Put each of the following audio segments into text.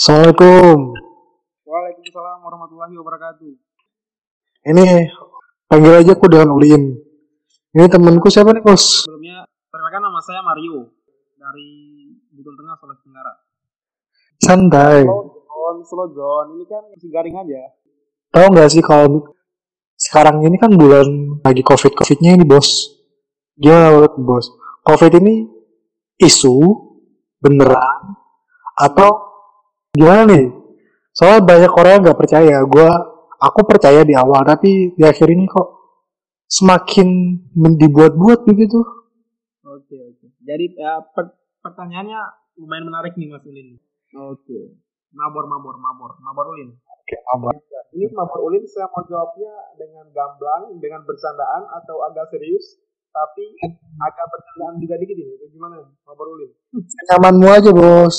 Assalamualaikum. Waalaikumsalam warahmatullahi wabarakatuh. Ini panggil aja aku dengan Ulin. Ini temanku siapa nih bos? Sebelumnya, perkenalkan nama saya Mario dari Buton Tengah, Sulawesi Tenggara. Santai. Slow John. Ini kan masih garing aja. Tahu nggak sih kalau sekarang ini kan bulan lagi COVID-nya ini bos. Gimana menurut bos? COVID ini isu beneran atau gimana nih? Soalnya banyak orang yang nggak percaya. Aku percaya di awal tapi di akhir ini kok semakin dibuat-buat begitu. Oke. Jadi pertanyaannya lumayan menarik nih Mas Ulin. Oke. Mabor Ulin. Oke, aman. Ini Mabor Ulin saya mau jawabnya dengan gamblang, dengan bersandaan atau agak serius, tapi agak bercandaan juga dikit ini. Gimana Mabor Ulin? Nyamanmu aja bos.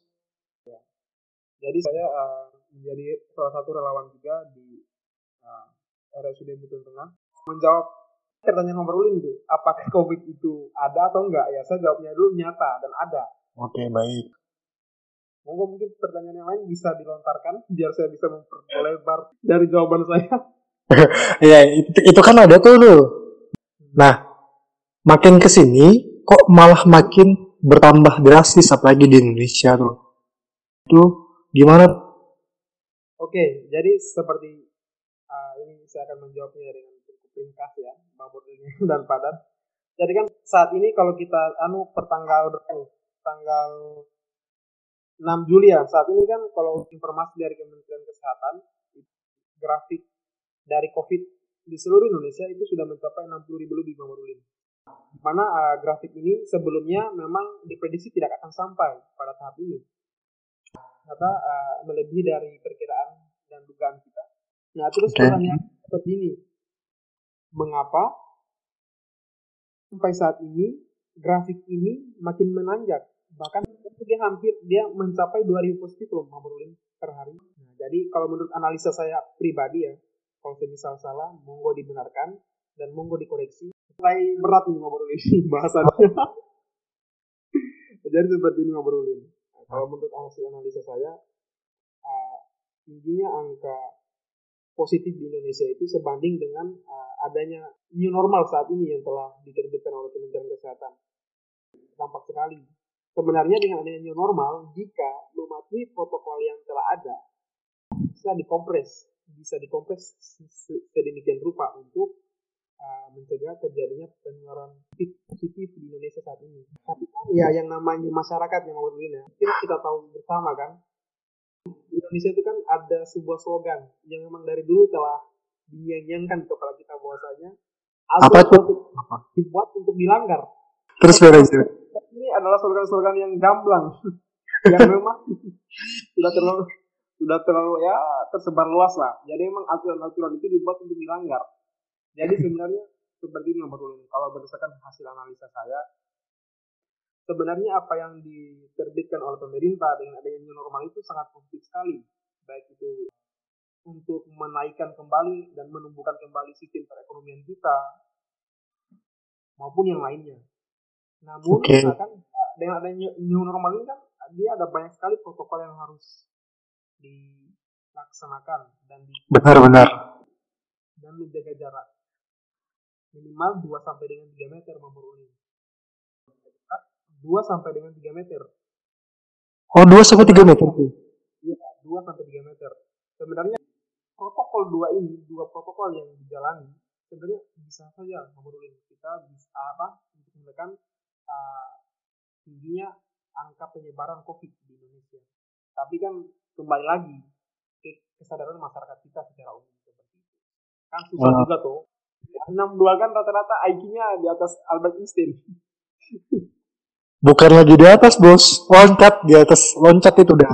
Jadi saya menjadi salah satu relawan juga di RSUD Buton Tengah. Menjawab pertanyaan nomor ulin tuh, apakah COVID itu ada atau enggak? Ya saya jawabnya dulu nyata dan ada. Oke, baik. Mungkin pertanyaan yang lain bisa dilontarkan biar saya bisa memperlebar dari jawaban saya. Ya, itu kan ada tuh lu. Nah, makin kesini kok malah makin bertambah drastis apalagi di Indonesia tuh. Itu gimana? Oke, jadi seperti ini saya akan menjawabnya dengan cukup ringkas ya, babot ini dan padat. Jadi kan saat ini kalau kita pertanggal tanggal 6 Juli ya, saat ini kan kalau informasi dari Kementerian Kesehatan, grafik dari COVID di seluruh Indonesia itu sudah mencapai 60.000 lebih Ulin. Mana grafik ini sebelumnya memang diprediksi tidak akan sampai pada tahap ini. Ternyata melebihi dari perkiraan dan dugaan kita. Nah terus pertanyaan seperti ini, mengapa sampai saat ini grafik ini makin menanjak? Bahkan dia mencapai 2.000 positif loh Ulin per hari. Nah, jadi kalau menurut analisa saya pribadi ya, kalau misal salah, monggo dibenarkan dan monggo dikoreksi. Mulai berat nih Ulin bahasannya. Jadi seperti ini Ulin. Nah, kalau menurut hasil analisa saya, tingginya angka positif di Indonesia itu sebanding dengan adanya new normal saat ini yang telah diterbitkan oleh Kementerian Kesehatan. Dampak sekali. Sebenarnya dengan adanya new normal, jika mematuhi protokol yang telah ada, bisa dikompres sedemikian rupa untuk mencegah terjadinya penularan positif di Indonesia saat ini. Tapi kan ya yang namanya masyarakat yang Ulin ya, kita tahu bersama kan, Indonesia itu kan ada sebuah slogan yang memang dari dulu telah dinyanyangkan di kepala kita bahwasanya apa tuh? dibuat untuk dilanggar. Terus beres. Ini adalah slogan-slogan yang gamblang yang memang sudah terlalu ya tersebar luas lah. Jadi memang aturan-aturan itu dibuat untuk dilanggar. Jadi sebenarnya seperti ini kalau berdasarkan hasil analisa saya, sebenarnya apa yang diterbitkan oleh pemerintah dengan adanya new normal itu sangat positif sekali. Baik itu untuk menaikkan kembali dan menumbuhkan kembali sistem perekonomian kita maupun yang lainnya. Namun kan dengan adanya new normal ini kan dia ada banyak sekali protokol yang harus dilaksanakan dan benar dan menjaga jarak minimal 2 sampai dengan 3 meter Ulin. 2 sampai dengan 3 meter. Oh, 2 sampai 3 meter tuh. Iya, 2 sampai 3 meter. Sebenarnya protokol dua protokol yang dijalani sebenarnya bisa saja Ulin. Kita bisa untuk menekan tingginya angka penyebaran COVID di Indonesia. Tapi kan kembali lagi kesadaran masyarakat kita secara umum seperti itu. Kan susah juga tuh. 62 kan rata-rata IQ-nya di atas Albert Einstein. Bukan lagi di atas bos, loncat itu dah.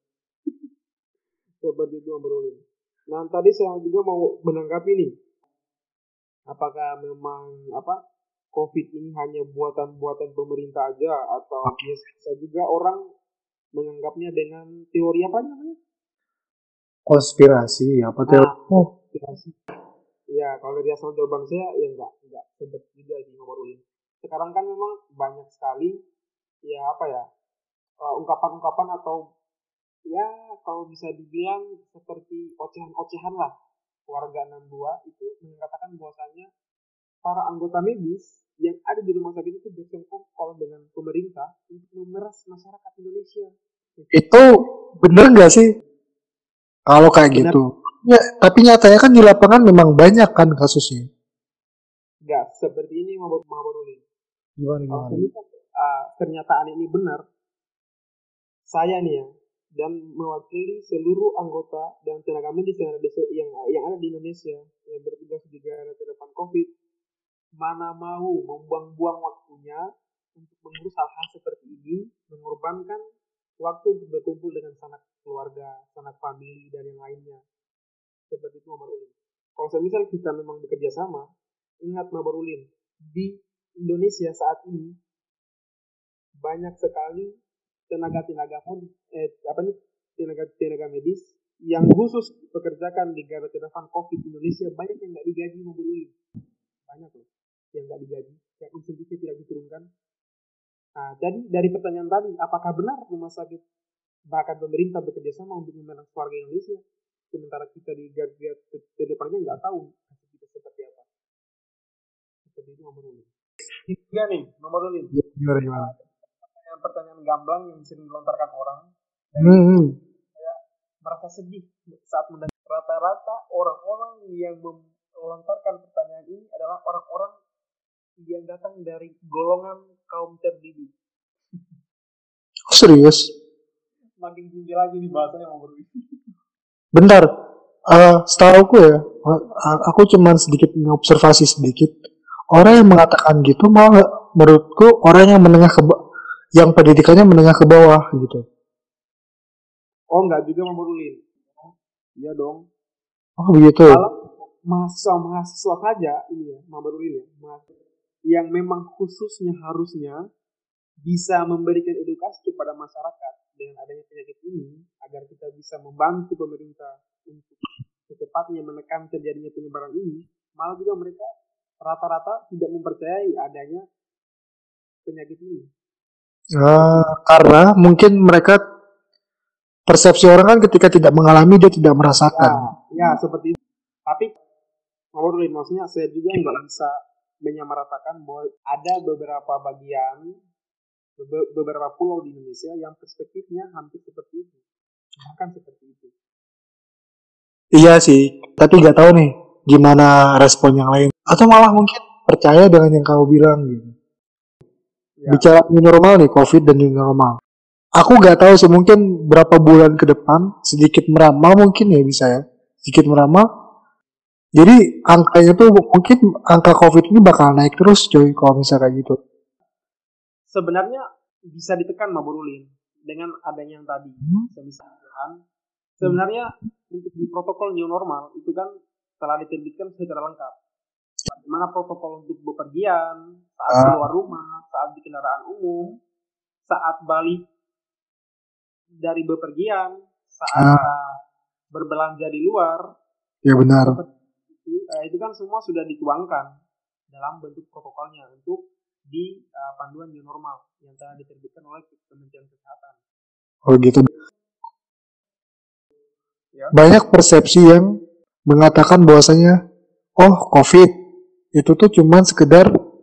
Seperti itu Ulin. Nah tadi saya juga mau menanggapi nih, apakah memang COVID ini hanya buatan pemerintah aja atau biasa juga orang menganggapnya dengan teori apa namanya? Konspirasi apa teori? Konspirasi. Ya kalau dari asal jawaban saya ya enggak sebet juga di nomor ulin. Sekarang kan memang banyak sekali ya ungkapan-ungkapan atau ya kalau bisa dibilang seperti ocehan-ocehan lah. Warga 62 itu mengatakan bahwasanya para anggota medis yang ada di rumah sakit itu bersekongkol dengan pemerintah untuk memeras masyarakat Indonesia. Itu bener nggak sih kalau kayak Benar gitu? Ya, tapi nyatanya kan di lapangan memang banyak kan kasusnya. nggak seperti ini Mabarudin? Gimana Kalau gimana? ternyata pernyataan ini benar, saya nih ya, dan mewakili seluruh anggota dan tenaga medis yang ada di Indonesia yang bertugas di garda terdepan COVID, mana mau membuang-buang waktunya untuk mengurus hal-hal seperti ini, mengorbankan waktu untuk berkumpul dengan sanak keluarga, sanak famili, dan yang lainnya. Seperti itu Mabarulin. Kalau misal kita memang bekerja sama, ingat Mabarulin, di Indonesia saat ini banyak sekali tenaga-tenaga tenaga medis yang khusus pekerjakan di garda terdepan COVID Indonesia, banyak yang nggak digaji Mabarulin. Banyak loh yang nggak digaji, yang insentifnya tidak diturunkan. Nah, jadi dari pertanyaan tadi, apakah benar rumah sakit bahkan pemerintah bekerja sama untuk memeras warga Indonesia, sementara kita di garda terdepannya nggak tahu nasib kita seperti apa? Seperti itu nomor ini. Tiga nih, nomor ini. Gimana gimana? Pertanyaan gamblang yang sering dilontarkan orang. Hmm. Saya merasa sedih saat mendengar rata-rata orang-orang yang melontarkan pertanyaan ini adalah orang-orang yang datang dari golongan kaum terdidik. Oh, serius? Makin tinggi lagi nih bahasanya mau berbeda. Bentar. Setahu aku ya, aku cuman sedikit mengobservasi sedikit. Orang yang mengatakan gitu malah menurutku orang yang yang pendidikannya menengah ke bawah gitu. Oh enggak juga memperulin. Iya dong. Oh begitu. Malah mahasiswa saja ini ya, memperulin ya. Yang memang khususnya harusnya bisa memberikan edukasi kepada masyarakat dengan adanya penyakit ini agar kita bisa membantu pemerintah untuk secepatnya menekan terjadinya penyebaran ini, malah juga mereka rata-rata tidak mempercayai adanya penyakit ini. Karena mungkin mereka persepsi orang kan ketika tidak mengalami dia tidak merasakan. Ya seperti itu. Tapi ngobrolin maksudnya saya juga nggak bisa menyamaratakan bahwa ada beberapa bagian beberapa pulau di Indonesia yang perspektifnya hampir seperti itu, bahkan seperti itu. Iya sih, tapi nggak tahu nih gimana respon yang lain. Atau malah mungkin percaya dengan yang kamu bilang gitu. Ya. Bicara new normal nih, COVID dan new normal. Aku nggak tahu sih, mungkin berapa bulan ke depan sedikit meramal mungkin ya bisa ya, sedikit meramal. Jadi angkanya tuh mungkin angka COVID ini bakal naik terus coy kalau misalnya kayak gitu. Sebenarnya bisa ditekan Maburulin dengan adanya yang tadi. Sebenarnya untuk di protokol new normal itu kan telah diterbitkan secara lengkap. Bagaimana protokol untuk bepergian, saat keluar rumah, saat di kendaraan umum, saat balik dari bepergian, saat berbelanja di luar. Ya benar. Itu kan semua sudah dituangkan dalam bentuk protokolnya untuk di panduan new normal yang telah diterbitkan oleh Kementerian Kesehatan. Oh gitu. Ya. Banyak persepsi yang mengatakan bahwasanya COVID itu tuh cuman sekedar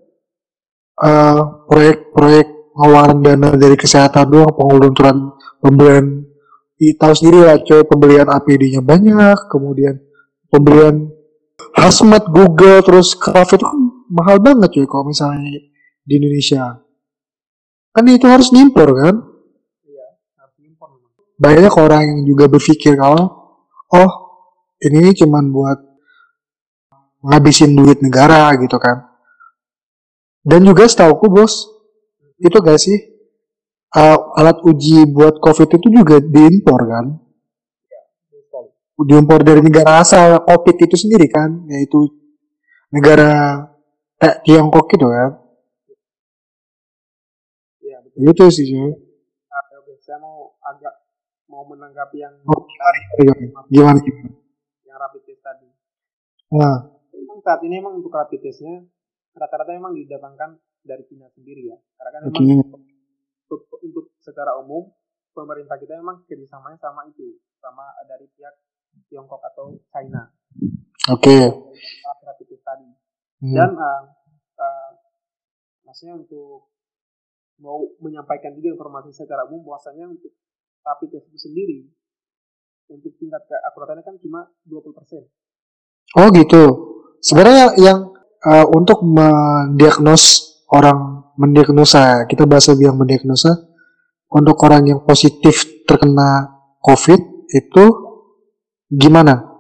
proyek-proyek pengeluaran dana dari kesehatan doang, penggelontoran pembelian, tahu sendiri lah coy, pembelian APD-nya banyak, kemudian pembelian hazmat Google, terus COVID itu kan mahal banget coy kalau misalnya di Indonesia. Kan itu harus ngimpor kan? Iya, harus ngimpor. Banyak orang yang juga berpikir kalau ini cuman buat ngabisin duit negara gitu kan. Dan juga setauku bos, itu gak sih alat uji buat COVID itu juga diimpor kan? Ya, diimpor dari negara asal COVID itu sendiri kan, yaitu negara Tiongkok gitu kan? Ya, betul. Itu sih cuy. Oke, saya mau menanggapi yang gimana? Yang rapid test tadi. Nah, memang saat ini memang untuk rapid testnya rata-rata memang didatangkan dari China sendiri ya, karena kan memang untuk secara umum pemerintah kita memang kerjasamanya sama itu, sama dari pihak Tiongkok atau China. Oke. Rapid test tadi. Dan maksudnya untuk mau menyampaikan juga informasi secara umum bahwasanya untuk rapid test itu sendiri untuk tingkat keakuratannya kan cuma 20%. Oh gitu. Sebenarnya yang untuk mendiagnosa, kita bahas lebih yang mendiagnosa, untuk orang yang positif terkena COVID itu gimana?